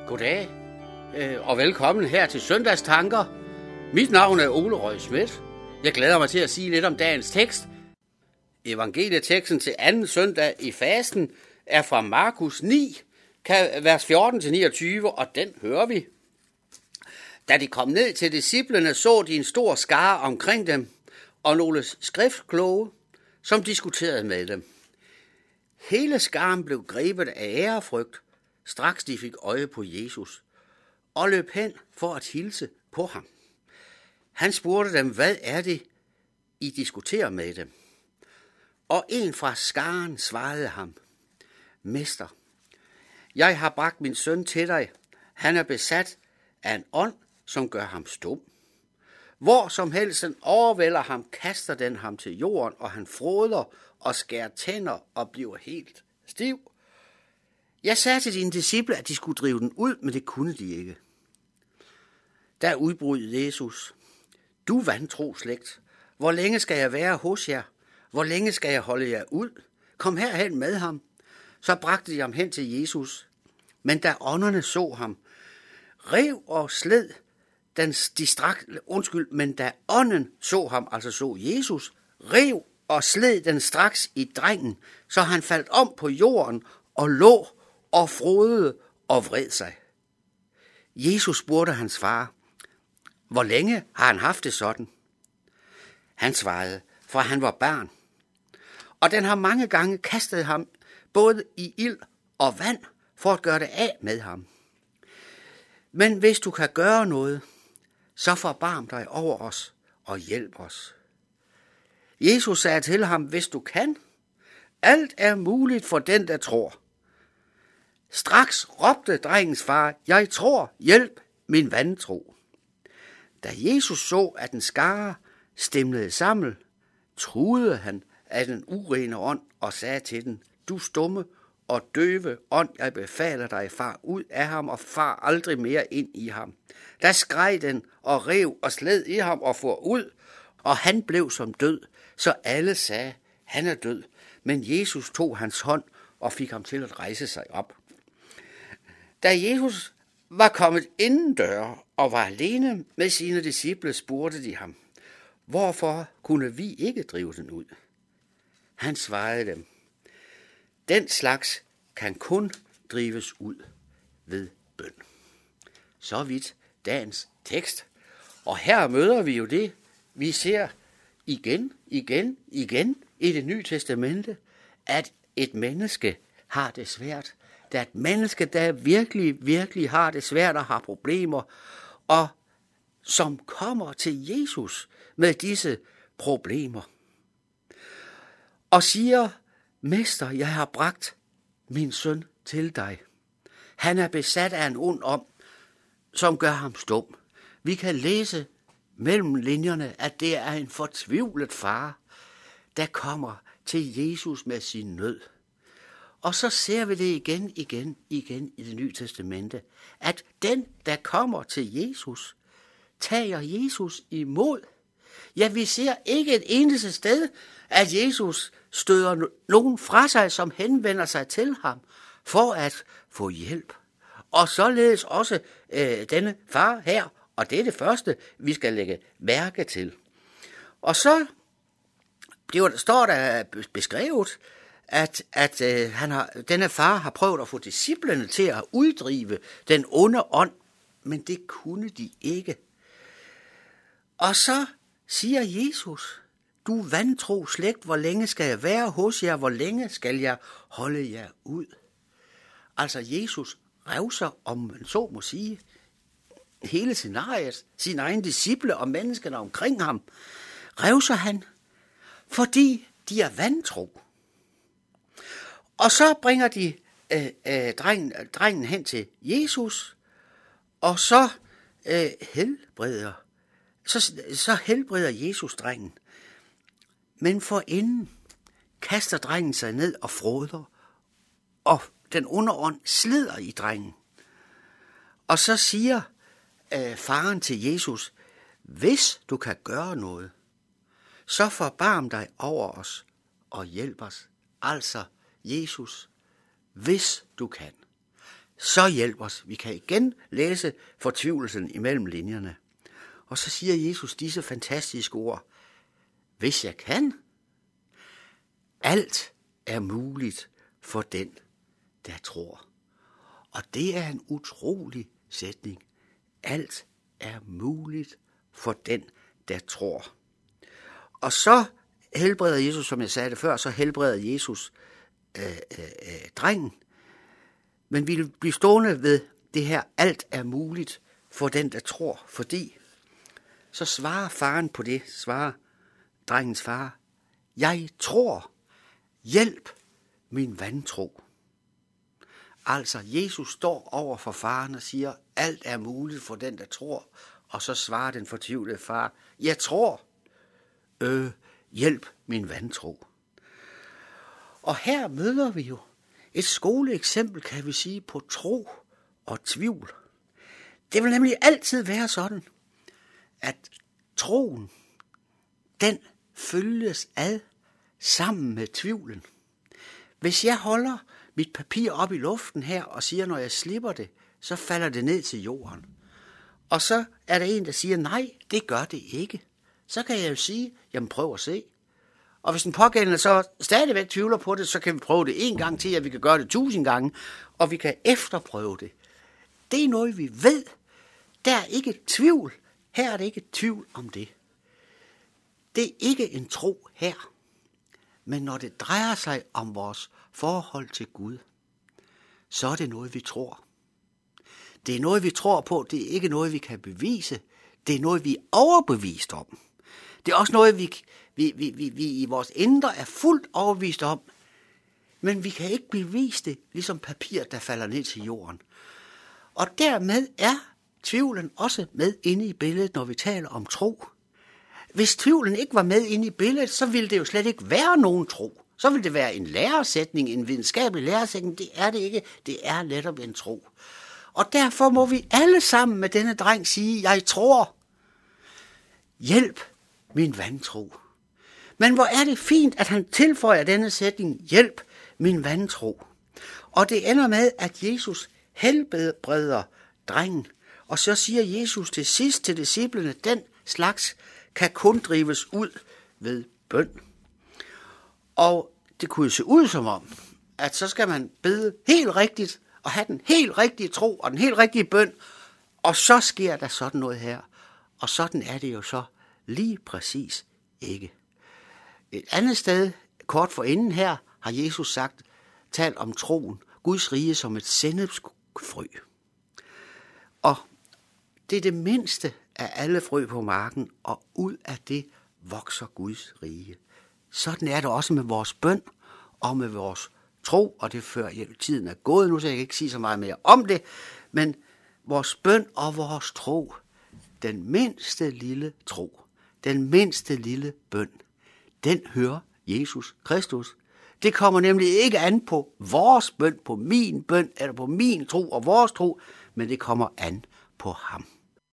Goddag, og velkommen her til Søndagstanker. Mit navn er Ole Røg Schmidt. Jeg glæder mig til at sige lidt om dagens tekst. Evangelieteksten til anden søndag i fasten er fra Markus 9, vers 14-29, og den hører vi. Da de kom ned til disciplene, så de en stor skare omkring dem, og nogle skriftkloge, som diskuterede med dem. Hele skaren blev grebet af ærefrygt, straks de fik øje på Jesus, og løb hen for at hilse på ham. Han spurgte dem, hvad er det, I diskuterer med dem? Og en fra skaren svarede ham, Mester, jeg har bragt min søn til dig. Han er besat af en ånd, som gør ham stum. Hvor som helst den overvælder ham, kaster den ham til jorden, og han fråder og skærer tænder og bliver helt stiv. Jeg sagde til dine disciple, at de skulle drive den ud, men det kunne de ikke. Der udbrød Jesus, du vantro slægt, hvor længe skal jeg være hos jer? Hvor længe skal jeg holde jer ud? Kom herhen med ham. Så bragte de ham hen til Jesus. Men da ånderne så ham, rev og sled men da ånden så ham, altså så Jesus, rev og sled den straks i drengen, så han faldt om på jorden og lå og frodede og vred sig. Jesus spurgte hans far, hvor længe har han haft det sådan? Han svarede, for han var barn. Og den har mange gange kastet ham både i ild og vand for at gøre det af med ham. Men hvis du kan gøre noget, så forbarm dig over os og hjælp os. Jesus sagde til ham, hvis du kan, alt er muligt for den, der tror. Straks råbte drengens far, jeg tror, hjælp min vantro. Da Jesus så, at den skare stemlede sammen, truede han af den urene ånd og sagde til den, du stumme og døve ånd, jeg befaler dig, far ud af ham og far aldrig mere ind i ham. Der skreg den og rev og sled i ham og for ud, og han blev som død, så alle sagde, han er død. Men Jesus tog hans hånd og fik ham til at rejse sig op. Da Jesus var kommet indendøre og var alene med sine disciple, spurgte de ham, hvorfor kunne vi ikke drive den ud? Han svarede dem, den slags kan kun drives ud ved bøn. Så vidt dagens tekst. Og her møder vi jo det, vi ser igen i Det Nye Testamente, at et menneske har det svært. Der er et menneske, der virkelig har det svært og har problemer, og som kommer til Jesus med disse problemer. Og siger, Mester, jeg har bragt min søn til dig. Han er besat af en ond ånd, som gør ham stum. Vi kan læse mellem linjerne, at det er en fortvivlet far, der kommer til Jesus med sin nød. Og så ser vi det igen i Det Nye Testamente, at den, der kommer til Jesus, tager Jesus imod. Ja, vi ser ikke et eneste sted, at Jesus støder nogen fra sig, som henvender sig til ham for at få hjælp. Og således også denne far her, og det er det første, vi skal lægge mærke til. Og så står der beskrevet, at denne far har prøvet at få disciplene til at uddrive den onde ånd, men det kunne de ikke. Og så siger Jesus, du vantro slægt, hvor længe skal jeg være hos jer, hvor længe skal jeg holde jer ud? Altså Jesus revser, om man så må sige, hele scenariet, sine egne disciple og menneskerne omkring ham, revser han, fordi de er vantro. Og så bringer de drengen hen til Jesus, og så helbreder Jesus drengen. Men forinden kaster drengen sig ned og fråder, og den onde ånd slider i drengen. Og så siger faren til Jesus, hvis du kan gøre noget, så forbarm dig over os og hjælp os. Altså, Jesus, hvis du kan. så hjælp os. Vi kan igen læse fortvivlelsen imellem linjerne. Og så siger Jesus disse fantastiske ord. Hvis jeg kan, alt er muligt for den, der tror. Og det er en utrolig sætning. Alt er muligt for den, der tror. Og så helbreder Jesus, som jeg sagde det før, så helbreder Jesus drengen. Men vi vil blive stående ved det her, alt er muligt for den, der tror. Fordi så svarer faren på det, svarer drengens far, jeg tror, hjælp min vantro. Altså, Jesus står over for faren og siger, alt er muligt for den, der tror. Og så svarer den fortvivlede far, jeg tror, hjælp min vantro. Og her møder vi jo et skoleeksempel, kan vi sige, på tro og tvivl. Det vil nemlig altid være sådan, at troen, den følges ad sammen med tvivlen. Hvis jeg holder mit papir op i luften her og siger, når jeg slipper det, så falder det ned til jorden. Og så er der en, der siger, nej, det gør det ikke. Så kan jeg jo sige, jamen prøv at se. Og hvis den pågældende så stadigvæk tvivler på det, så kan vi prøve det en gang til, at vi kan gøre det 1000 gange, og vi kan efterprøve det. Det er noget, vi ved. Der er ikke tvivl. Her er det ikke tvivl om det. Det er ikke en tro her. Men når det drejer sig om vores forhold til Gud, så er det noget, vi tror. Det er noget, vi tror på. Det er ikke noget, vi kan bevise. Det er noget, vi er overbevist om. Det er også noget, vi i vores indre er fuldt overbevist om. Men vi kan ikke bevise det, ligesom papir, der falder ned til jorden. Og dermed er tvivlen også med inde i billedet, når vi taler om tro. Hvis tvivlen ikke var med inde i billedet, så ville det jo slet ikke være nogen tro. Så ville det være en læresætning, en videnskabelig læresætning. Det er det ikke. Det er netop en tro. Og derfor må vi alle sammen med denne dreng sige, jeg tror. Hjælp min vantro. Men hvor er det fint, at han tilføjer denne sætning, hjælp min vantro. Og det ender med, at Jesus helbreder drengen. Og så siger Jesus til sidst til disciplene, den slags kan kun drives ud ved bøn. Og det kunne se ud som om, at så skal man bede helt rigtigt, og have den helt rigtige tro, og den helt rigtige bøn, og så sker der sådan noget her. Og sådan er det jo så lige præcis ikke. Et andet sted, kort forinden her, har Jesus talt om troen, Guds rige som et sennepsfrø. Og det er det mindste af alle frø på marken, og ud af det vokser Guds rige. Sådan er det også med vores bøn og med vores tro, og det før tiden er gået nu, så jeg kan ikke sige så meget mere om det, men vores bøn og vores tro, den mindste lille tro, den mindste lille bøn, den hører Jesus Kristus. Det kommer nemlig ikke an på vores bøn, på min bøn, eller på min tro og vores tro, men det kommer an på ham.